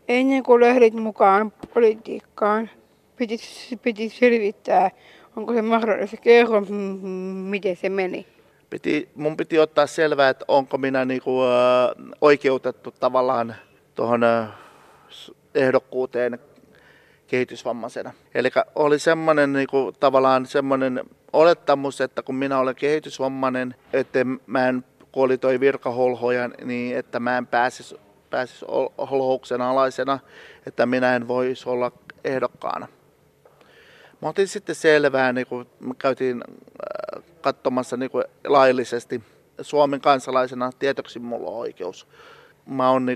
Ennen kuin lähdit mukaan politiikkaan, piti selvittää, onko se mahdollista. Kerro, miten se meni. Mun piti ottaa selvää, että onko minä oikeutettu tavallaan tuohon ehdokkuuteen kehitysvammaisena. Eli oli semmoinen tavallaan semmoinen olettamus, että kun minä olen kehitysvammainen, että kun oli toi virkaholhoja, niin että mä en pääsisi holhouksen alaisena, että minä en voisi olla ehdokkaana. Mä otin sitten selvää, me käytiin katsomassa laillisesti. Suomen kansalaisena tietysti mulla on oikeus. Mä oon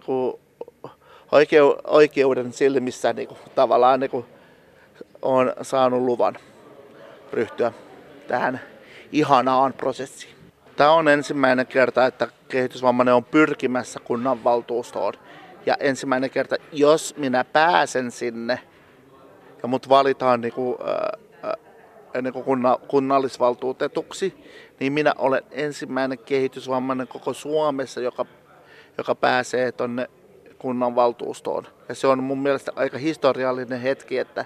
oikeuden silmissä tavallaan on saanut luvan ryhtyä tähän ihanaan prosessiin. Tämä on ensimmäinen kerta, että kehitysvammainen on pyrkimässä kunnanvaltuustoon. Ja ensimmäinen kerta, jos pääsen sinne ja mut valitaan kunnallisvaltuutetuksi, niin minä olen ensimmäinen kehitysvammainen koko Suomessa, joka pääsee tuonne kunnanvaltuustoon. Ja se on mun mielestä aika historiallinen hetki, että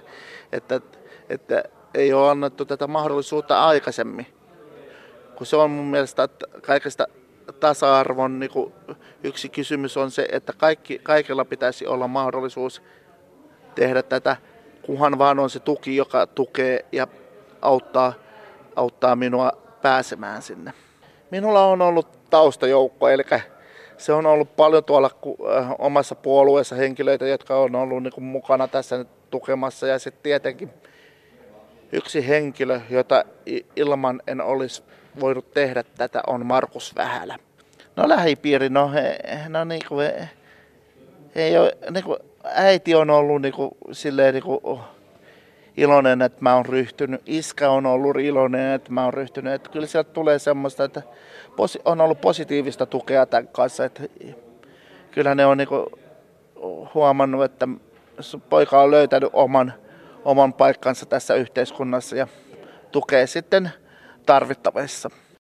ei ole annettu tätä mahdollisuutta aikaisemmin. Kun se on mun mielestä kaikesta tasa-arvon yksi kysymys on se, että kaikilla pitäisi olla mahdollisuus tehdä tätä, kunhan vaan on se tuki, joka tukee ja auttaa minua pääsemään sinne. Minulla on ollut taustajoukko, eli se on ollut paljon tuolla omassa puolueessa henkilöitä, jotka on ollut mukana tässä tukemassa. Ja sitten tietenkin yksi henkilö, jota ilman en olisi voinut tehdä tätä, on Markus Vähälä. No lähipiiri, äiti on ollut iloinen, että mä oon ryhtynyt. Iskä on ollut iloinen, että mä oon ryhtynyt. Että kyllä sieltä tulee semmoista, että on ollut positiivista tukea tämän kanssa. Että kyllä ne on huomannut, että poika on löytänyt oman paikkansa tässä yhteiskunnassa ja tukee sitten tarvittavissa.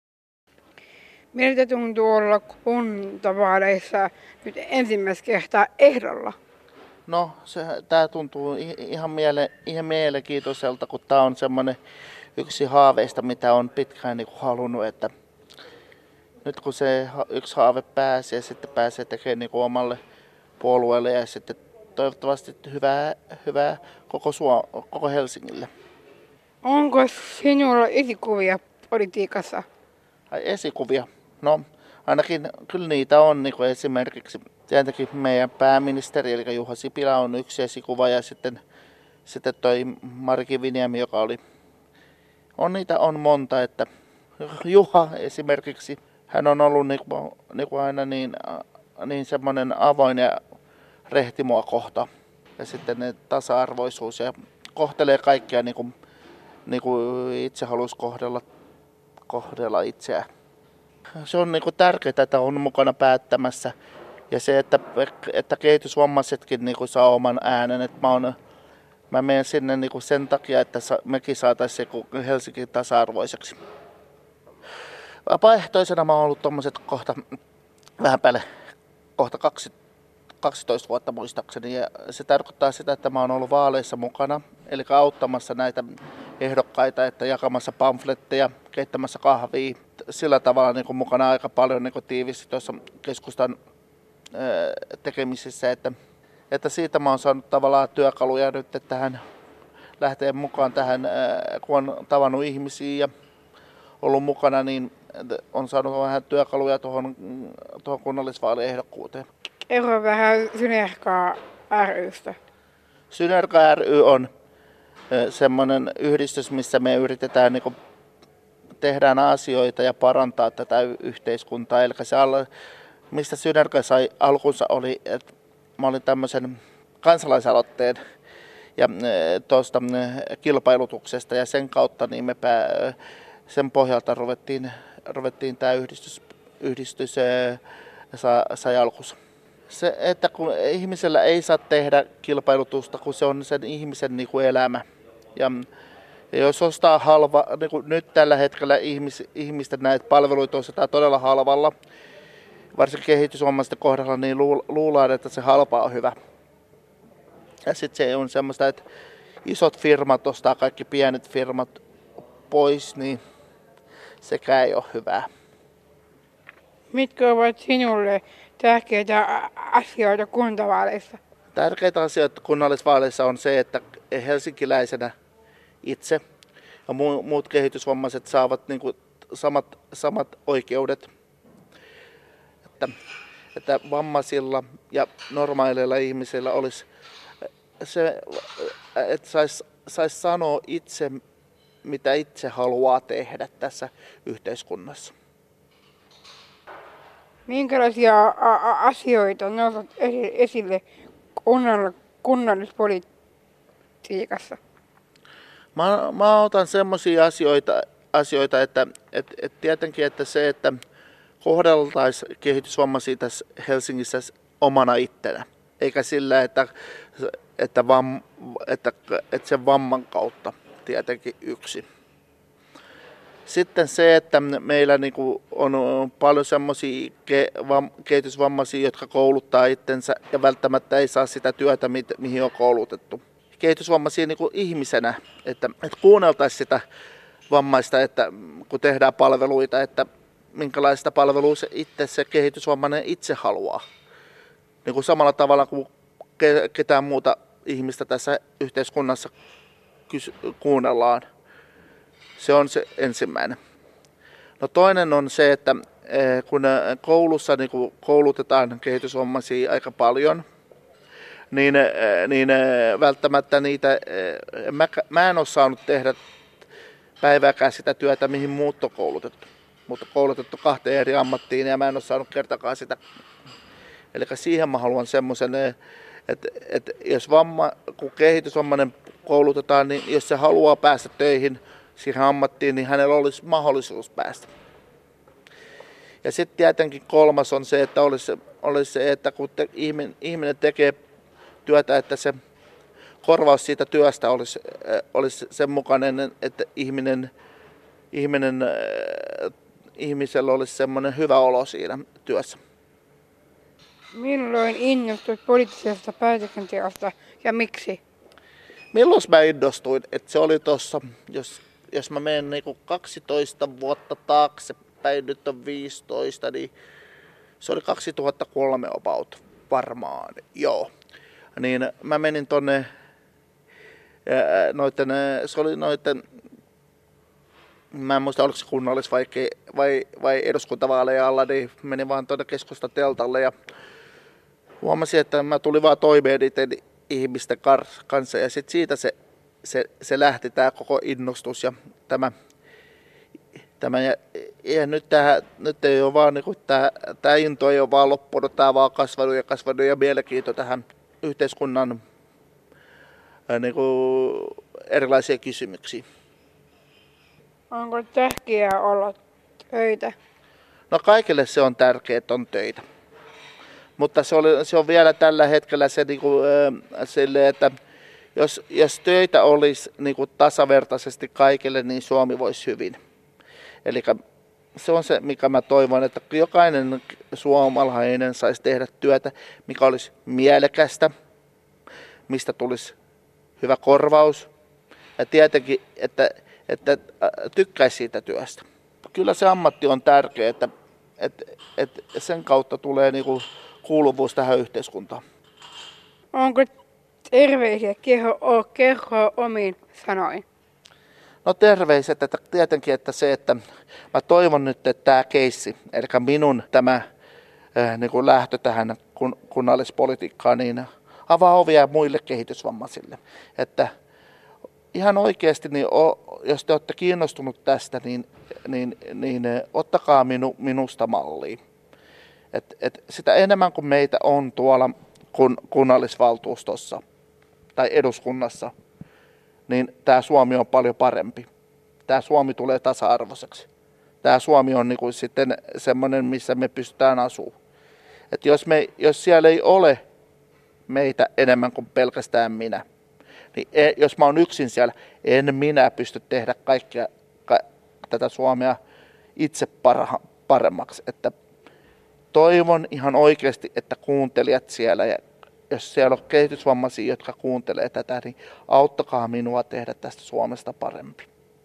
Miltä tuntuu olla kuntavaaleissa nyt ensimmäistä kertaa ehdolla? No, tämä tuntuu ihan mielenkiintoiselta, kun tämä on semmoinen yksi haaveista, mitä on pitkään halunnut, että nyt kun se yksi haave pääsee, sitten pääsee tekemään omalle puolueelle ja sitten toivottavasti hyvää koko Helsingille. Onko sinulla esikuvia politiikassa? Esikuvia? No, ainakin kyllä niitä on esimerkiksi. Tietenkin meidän pääministeri, eli Juha Sipilä, on yksi esikuva ja sitten toi Mari Kiviniemi, joka niitä on monta, että Juha esimerkiksi, hän on ollut aina niin semmoinen avoin ja rehti mua kohta. Ja sitten ne tasa-arvoisuus ja kohtelee kaikkia niin kuin itse haluaisi kohdella itseään. Se on tärkeää, että on mukana päättämässä. Ja se, että kehitysvammaisetkin saa oman äänen. Että mä menen sinne sen takia, että mekin saataisiin Helsinki tasa-arvoiseksi. Vapaaehtoisena mä oon ollut tommoset vähän päälle kohta 12 vuotta muistaakseni. Ja se tarkoittaa sitä, että mä oon ollut vaaleissa mukana. Eli auttamassa näitä ehdokkaita, että jakamassa pamfletteja, keittämässä kahvia. Sillä tavalla mukana aika paljon tiivisti tuossa keskustan tekemisissä, että siitä mä oon saanut tavallaan työkaluja nyt tähän lähteä mukaan tähän, kun on tavannut ihmisiä ja ollut mukana, niin on saanut vähän työkaluja tuohon kunnallisvaaliehdokkuuteen. Kerro vähän Synerga ry:stä. Synerga ry on semmoinen yhdistys, missä me yritetään tehdään asioita ja parantaa tätä yhteiskuntaa. Eli mistä Synerga sai alkunsa oli, että mä olin tämmöisen kansalaisaloitteen ja tuosta kilpailutuksesta ja sen kautta niin sen pohjalta ruvettiin tämä yhdistys sai alkunsa. Se, että kun ihmisellä ei saa tehdä kilpailutusta, kun se on sen ihmisen elämä. Ja jos ostaa halva, niin kuin nyt tällä hetkellä ihmisten näitä palveluita ostetaan todella halvalla, varsinkin kehitysvammaisten kohdalla, niin luullaan, että se halpa on hyvä. Ja sitten se on semmoista, että isot firmat ostaa kaikki pienet firmat pois, niin sekään ei ole hyvää. Mitkä ovat sinulle tärkeitä asioita kuntavaaleissa? Tärkeitä asioita kunnallisvaaleissa on se, että helsinkiläisenä itse ja muut kehitysvammaiset saavat niin kuin samat oikeudet. Että vammaisilla ja normaaleilla ihmisillä olisi se, että sais sanoa itse, mitä itse haluaa tehdä tässä yhteiskunnassa. Minkälaisia asioita nostat esille kunnallispolitiikassa? Mä otan semmoisia asioita että tietenkin, että se, että kohdeltaisiin kehitysvammaisia tässä Helsingissä omana ittenä, eikä sillä, että sen vamman kautta tietenkin yksi. Sitten se, että meillä niinku on paljon semmoisia kehitysvammaisia, jotka kouluttaa itsensä ja välttämättä ei saa sitä työtä, mihin on koulutettu. Kehitysvammaisia niinku ihmisenä, että kuunneltaisiin sitä vammaista, että kun tehdään palveluita, että minkälaista palvelua itse se kehitysvammainen itse haluaa. Niin kuin samalla tavalla kuin ketään muuta ihmistä tässä yhteiskunnassa kuunnellaan. Se on se ensimmäinen. No toinen on se, että kun koulussa niin kun koulutetaan kehitysvammaisia aika paljon, niin välttämättä niitä, mä en ole saanut tehdä päivääkään sitä työtä, mihin muut on koulutettu. Mutta koulutettu 2 eri ammattiin ja mä en ole saanut kertakaan sitä. Eli siihen mä haluan semmoisen, että jos kun kehitysvammainen koulutetaan, niin jos se haluaa päästä töihin siihen ammattiin, niin hänellä olisi mahdollisuus päästä. Ja sitten tietenkin 3. on se, että olisi se, että kun ihminen tekee työtä, että se korvaus siitä työstä olisi sen mukainen, että ihmisellä olisi semmoinen hyvä olo siinä työssä. Milloin innostuit poliittisesta päätöksenteosta ja miksi? Milloin mä innostuin? Että se oli tuossa, jos mä menen niin 12 vuotta taaksepäin, nyt on 15, niin se oli 2003 about varmaan, joo. Niin mä menin tonne, se oli mä en muista oliko se kunnallis- vai eduskuntavaaleja alla, niin menin vaan tuonne keskustateltalle ja huomasin, että mä tulin vaan toimeen niiden ihmisten kanssa ja sitten siitä se lähti tämä koko innostus ja tämä ja nyt ei ole vaan niinku tämä into ei ole vaan loppunut, tämä vaan kasvanut ja mielenkiinto tähän yhteiskunnan niinku erilaisia kysymyksiä. Onko tärkeää olla töitä? No kaikille se on tärkeää, että on töitä. Mutta se on vielä tällä hetkellä se, sille, että jos töitä olisi tasavertaisesti kaikille, niin Suomi voisi hyvin. Eli se on se, mikä mä toivon, että jokainen suomalainen saisi tehdä työtä, mikä olisi mielekästä, mistä tulisi hyvä korvaus ja tietenkin, että tykkäisi siitä työstä. Kyllä se ammatti on tärkeä, että sen kautta tulee kuuluvuus tähän yhteiskuntaan. Onko terveisiä kerro omiin sanoin? No terveiset, että tietenkin, että se, että mä toivon nyt, että tämä keissi, eli minun tämä lähtö tähän kunnallispolitiikkaan, niin avaa ovia muille kehitysvammaisille. Että ihan oikeasti, niin jos te olette kiinnostunut tästä, niin ottakaa minusta mallia. Et sitä enemmän kuin meitä on tuolla kunnallisvaltuustossa tai eduskunnassa, niin tämä Suomi on paljon parempi. Tämä Suomi tulee tasa-arvoiseksi. Tämä Suomi on sitten semmoinen, missä me pystytään asumaan. Et jos siellä ei ole meitä enemmän kuin pelkästään minä, niin jos mä oon yksin siellä, en minä pysty tehdä kaikkea tätä Suomea itse paremmaksi. Että toivon ihan oikeasti, että kuuntelijat siellä jos siellä on kehitysvammaisia, jotka kuuntelee tätä, niin auttakaa minua tehdä tästä Suomesta parempi.